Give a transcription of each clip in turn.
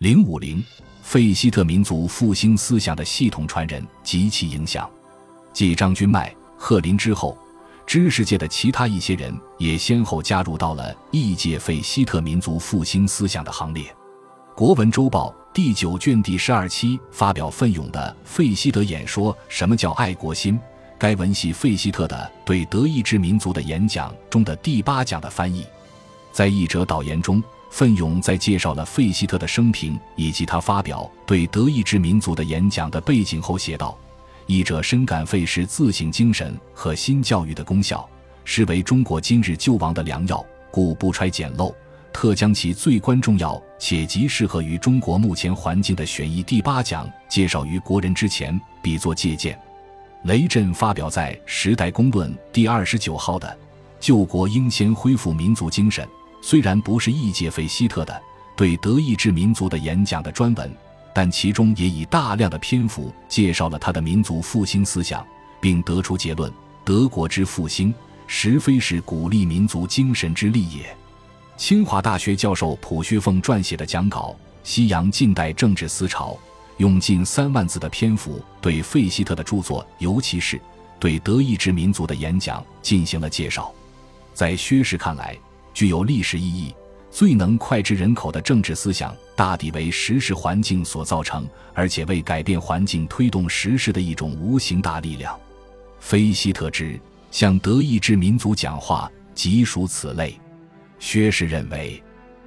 050费希特民族复兴思想的系统传人及其影响。继张君迈、贺林之后，知识界的其他一些人也先后加入到了异界费希特民族复兴思想的行列。国文周报第9卷第12期发表奋勇的费希特演说什么叫爱国心，该文系费希特的对德意志民族的演讲中的第8讲的翻译。在译者导言中，奋勇在介绍了费希特的生平以及他发表对德意志民族的演讲的背景后写道，译者深感费氏自省精神和新教育的功效，是为中国今日救亡的良药，故不揣简陋，特将其最关重要且极适合于中国目前环境的选译第8讲介绍于国人之前，比作借鉴。雷震发表在《时代公论》第29号的《救国应先恢复民族精神》，虽然不是译介费希特的对德意志民族的演讲的专文，但其中也以大量的篇幅介绍了他的民族复兴思想，并得出结论：德国之复兴，实非是鼓励民族精神之力也。清华大学教授蒲薛凤撰写的讲稿《西洋近代政治思潮》，用近3万字的篇幅对费希特的著作，尤其是对德意志民族的演讲进行了介绍。在薛氏看来，具有历史意义、最能脍炙人口的政治思想，大抵为时事环境所造成，而且为改变环境推动时事的一种无形大力量。费希特之向德意志民族讲话，即属此类。薛氏认为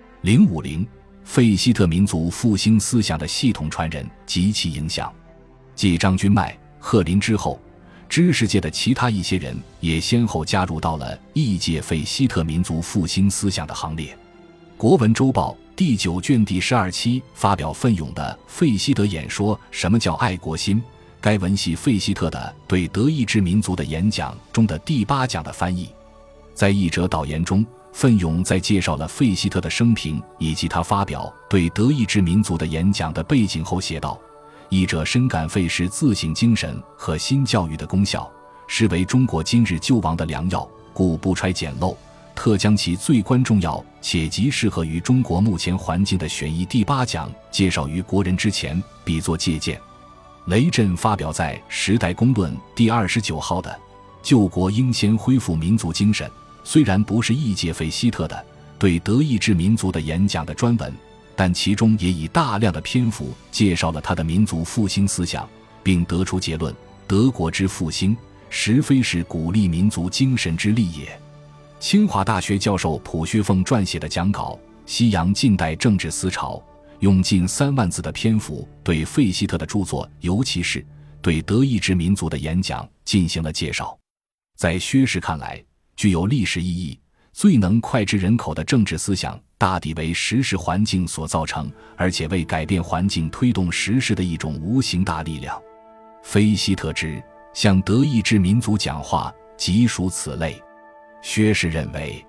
，050费希特民族复兴思想的系统传人及其影响。继张君迈、贺林之后，知识界的其他一些人也先后加入到了异界费希特民族复兴思想的行列。国文周报第9卷第12期发表奋勇的费希特演说什么叫爱国心，该文系费希特的对德意志民族的演讲中的第8讲的翻译。在译者导言中，奋勇在介绍了费希特的生平以及他发表对德意志民族的演讲的背景后写道，译者深感费氏自省精神和新教育的功效，是为中国今日救亡的良药，故不揣简陋，特将其最关重要且极适合于中国目前环境的选译第8讲介绍于国人之前，比作借鉴。雷震发表在《时代公论》第29号的《救国应先恢复民族精神》，虽然不是译介费希特的对德意志民族的演讲的专文，但其中也以大量的篇幅介绍了他的民族复兴思想，并得出结论：德国之复兴，实非是鼓励民族精神之力也。清华大学教授蒲薛凤撰写的讲稿《西洋近代政治思潮》，用近3万字的篇幅对费希特的著作，尤其是对德意志民族的演讲进行了介绍。在薛氏看来，具有历史意义、最能脍炙人口的政治思想，大抵为时事环境所造成，而且为改变环境推动时事的一种无形大力量。费希特之向德意志民族讲话，即属此类。薛氏认为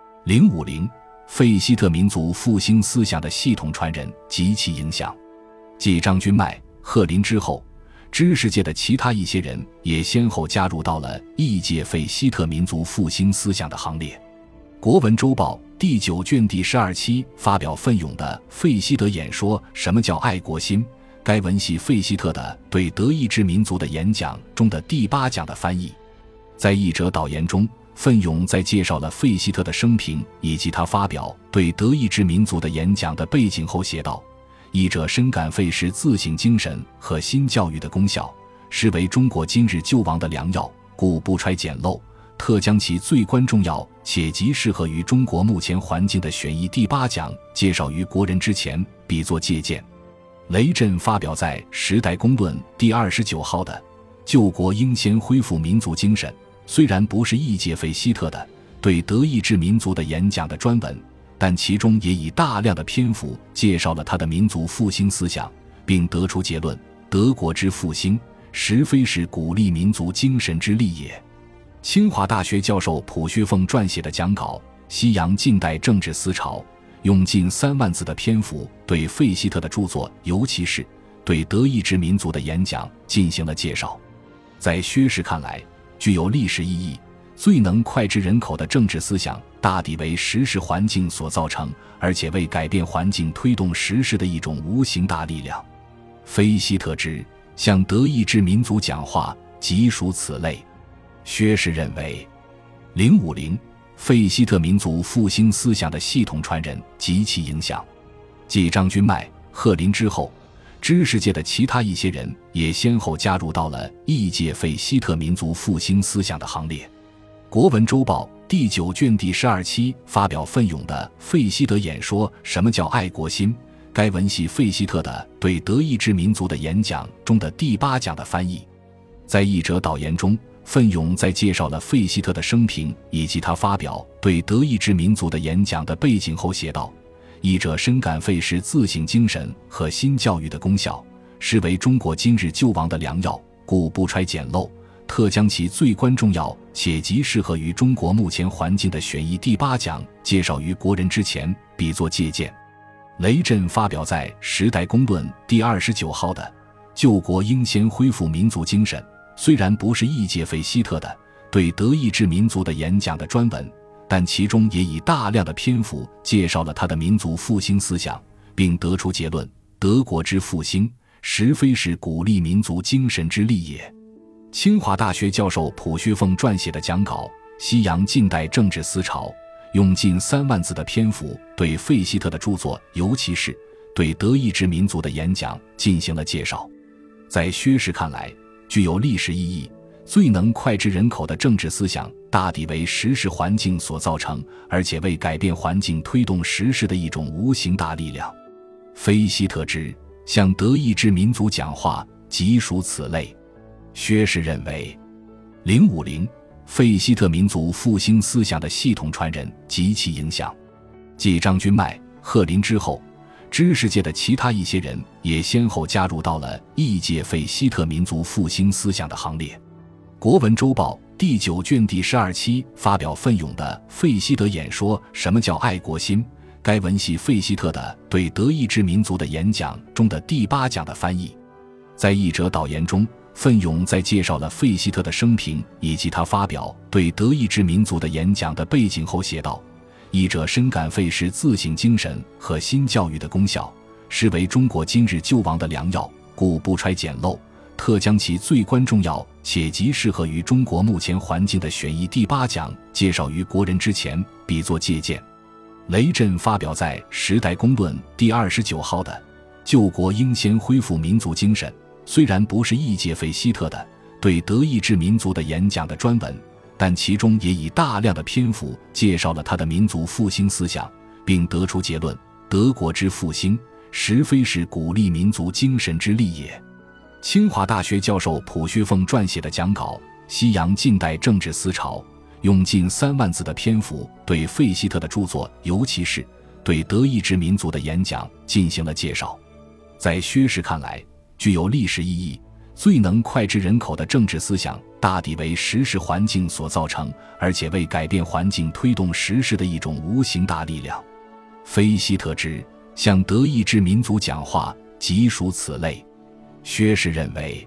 ，050费希特民族复兴思想的系统传人及其影响。继张君迈、贺林之后，知识界的其他一些人也先后加入到了异界费希特民族复兴思想的行列。国文周报第9卷第12期发表奋勇的费希特演说什么叫爱国心，该文系费希特的对德意志民族的演讲中的第8讲的翻译。在译者导言中，奋勇在介绍了费希特的生平以及他发表对德意志民族的演讲的背景后写道，译者深感费氏自省精神和新教育的功效，是为中国今日救亡的良药，故不揣简陋，特将其最关重要且极适合于中国目前环境的选译第8讲介绍于国人之前，比作借鉴。雷震发表在《时代公论》第29号的《救国应先恢复民族精神》，虽然不是译介费希特的对德意志民族的演讲的专文，但其中也以大量的篇幅介绍了他的民族复兴思想，并得出结论：德国之复兴，实非是鼓励民族精神之力也。清华大学教授蒲薛凤撰写的讲稿《西洋近代政治思潮》，用近3万字的篇幅对费希特的著作，尤其是对德意志民族的演讲进行了介绍。在薛氏看来，具有历史意义、最能脍炙人口的政治思想， 大抵为时势环境所造成，而且为改变环境推动时势的一种无形大力量。非希特之向德意志民族讲话即属此类。薛氏认为050费希特民族复兴思想的系统传人及其影响。继张君迈、贺林之后，知识界的其他一些人也先后加入到了异界费希特民族复兴思想的行列。国文周报第9卷第12期发表奋勇的费希特演说什么叫爱国心，该文系费希特的对德意志民族的演讲中的第8讲的翻译。在译者导言中，奋勇在介绍了费希特的生平以及他发表对德意志民族的演讲的背景后写道，译者深感费氏自省精神和新教育的功效，是为中国今日救亡的良药，故不揣简陋，特将其最关重要且极适合于中国目前环境的选译第8讲介绍于国人之前，比作借鉴。雷震发表在《时代公论》第29号的救国应先恢复民族精神，虽然不是异界费希特的对德意志民族的演讲的专文，但其中也以大量的篇幅介绍了他的民族复兴思想，并得出结论：德国之复兴，实非是鼓励民族精神之力也。清华大学教授蒲薛凤撰写的讲稿《西洋近代政治思潮》，用近3万字的篇幅对费希特的著作，尤其是对德意志民族的演讲进行了介绍。在薛氏看来，具有历史意义、最能脍炙人口的政治思想，大抵为时势环境所造成，而且为改变环境推动时势的一种无形大力量。费希特之向德意志民族讲话即属此类。薛氏认为050费希特民族复兴思想的系统传人及其影响。继张君迈、贺林之后，知识界的其他一些人也先后加入到了异界费希特民族复兴思想的行列。国文周报第9卷第12期发表奋勇的费希特演说什么叫爱国心，该文系费希特的对德意志民族的演讲中的第8讲的翻译。在译者导言中，奋勇在介绍了费希特的生平以及他发表对德意志民族的演讲的背景后写道，译者深感费氏自省精神和新教育的功效，是为中国今日救亡的良药，故不揣简陋，特将其最关重要且极适合于中国目前环境的选译第8讲介绍于国人之前，比作借鉴。雷震发表在《时代公论》第29号的救国应先恢复民族精神，虽然不是异界费希特的对德意志民族的演讲的专文，但其中也以大量的篇幅介绍了他的民族复兴思想，并得出结论：德国之复兴，实非是鼓励民族精神之力也。清华大学教授蒲薛凤撰写的讲稿《西洋近代政治思潮》，用近3万字的篇幅对费希特的著作，尤其是对德意志民族的演讲进行了介绍。在薛氏看来，具有历史意义、最能脍炙人口的政治思想，大抵为时势环境所造成，而且为改变环境推动时势的一种无形大力量。费希特之向德意志民族讲话即属此类。薛氏认为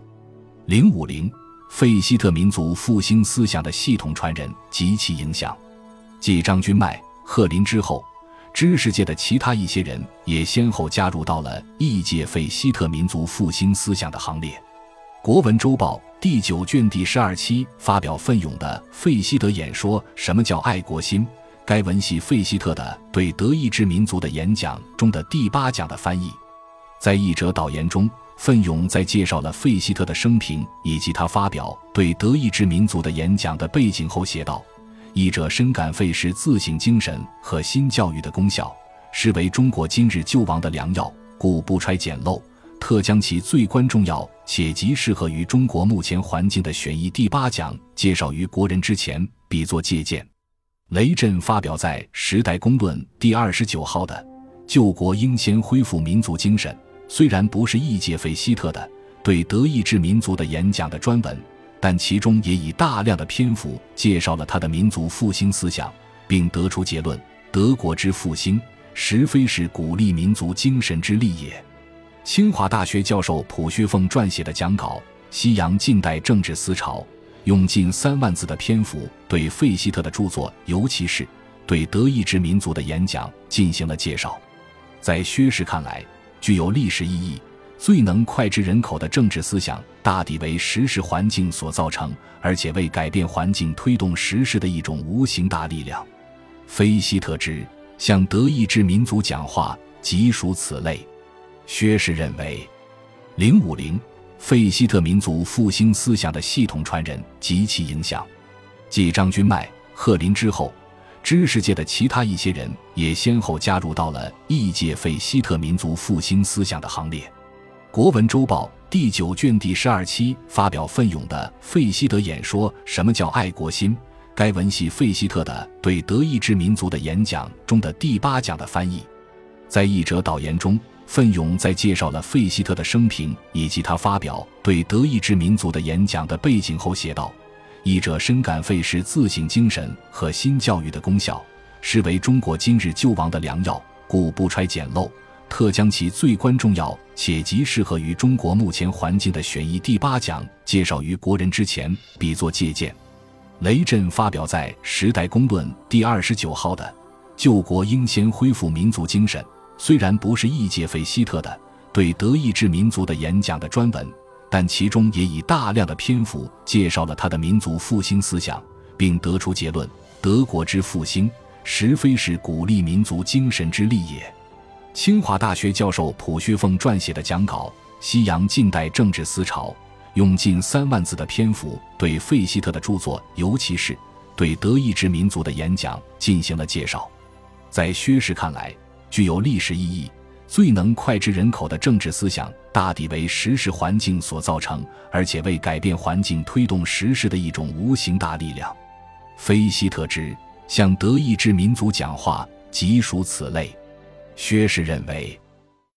050费希特民族复兴思想的系统传人及其影响。继张君迈、贺林之后，知识界的其他一些人也先后加入到了异界费希特民族复兴思想的行列。国文周报第9卷第12期发表奋勇的费希特演说什么叫爱国心，该文系费希特的对德意志民族的演讲中的第8讲的翻译。在译者导言中，奋勇在介绍了费希特的生平以及他发表对德意志民族的演讲的背景后写道，译者深感费氏自省精神和新教育的功效，是为中国今日救亡的良药，故不揣简陋，特将其最关重要且极适合于中国目前环境的选译第8讲介绍于国人之前，比作借鉴。雷震发表在《时代公论》第29号的救国应先恢复民族精神，虽然不是异界费希特的对德意志民族的演讲的专文，但其中也以大量的篇幅介绍了他的民族复兴思想，并得出结论：德国之复兴，实非是鼓励民族精神之力也。清华大学教授蒲薛凤撰写的讲稿《西洋近代政治思潮》，用近3万字的篇幅对费希特的著作，尤其是对德意志民族的演讲进行了介绍。在薛氏看来，具有历史意义、最能脍炙人口的政治思想，大抵为时势环境所造成，而且为改变环境推动时势的一种无形大力量。非希特之向德意志民族讲话，即属此类。薛氏认为，050费希特民族复兴思想的系统传人及其影响。继张君迈、贺林之后，知识界的其他一些人也先后加入到了异界费希特民族复兴思想的行列。国文周报第9卷第12期发表奋勇的费希特演说，什么叫爱国心？该文系费希特的对德意志民族的演讲中的第8讲的翻译。在译者导言中，奋勇在介绍了费希特的生平以及他发表对德意志民族的演讲的背景后写道，译者深感费氏自省精神和新教育的功效，实为中国今日救亡的良药，故不揣简陋，特将其最关重要且极适合于中国目前环境的选译第8讲介绍于国人之前，比作借鉴。雷震发表在《时代公论》第29号的救国应先恢复民族精神，虽然不是异界费希特的对德意志民族的演讲的专文，但其中也以大量的篇幅介绍了他的民族复兴思想，并得出结论：德国之复兴，实非是鼓励民族精神之力也。清华大学教授蒲薛凤撰写的讲稿《西洋近代政治思潮》，用近3万字的篇幅对费希特的著作，尤其是对德意志民族的演讲进行了介绍。在薛氏看来，具有历史意义、最能脍炙人口的政治思想，大抵为时势环境所造成，而且为改变环境推动时势的一种无形大力量。非希特之向德意志民族讲话，即属此类。薛氏认为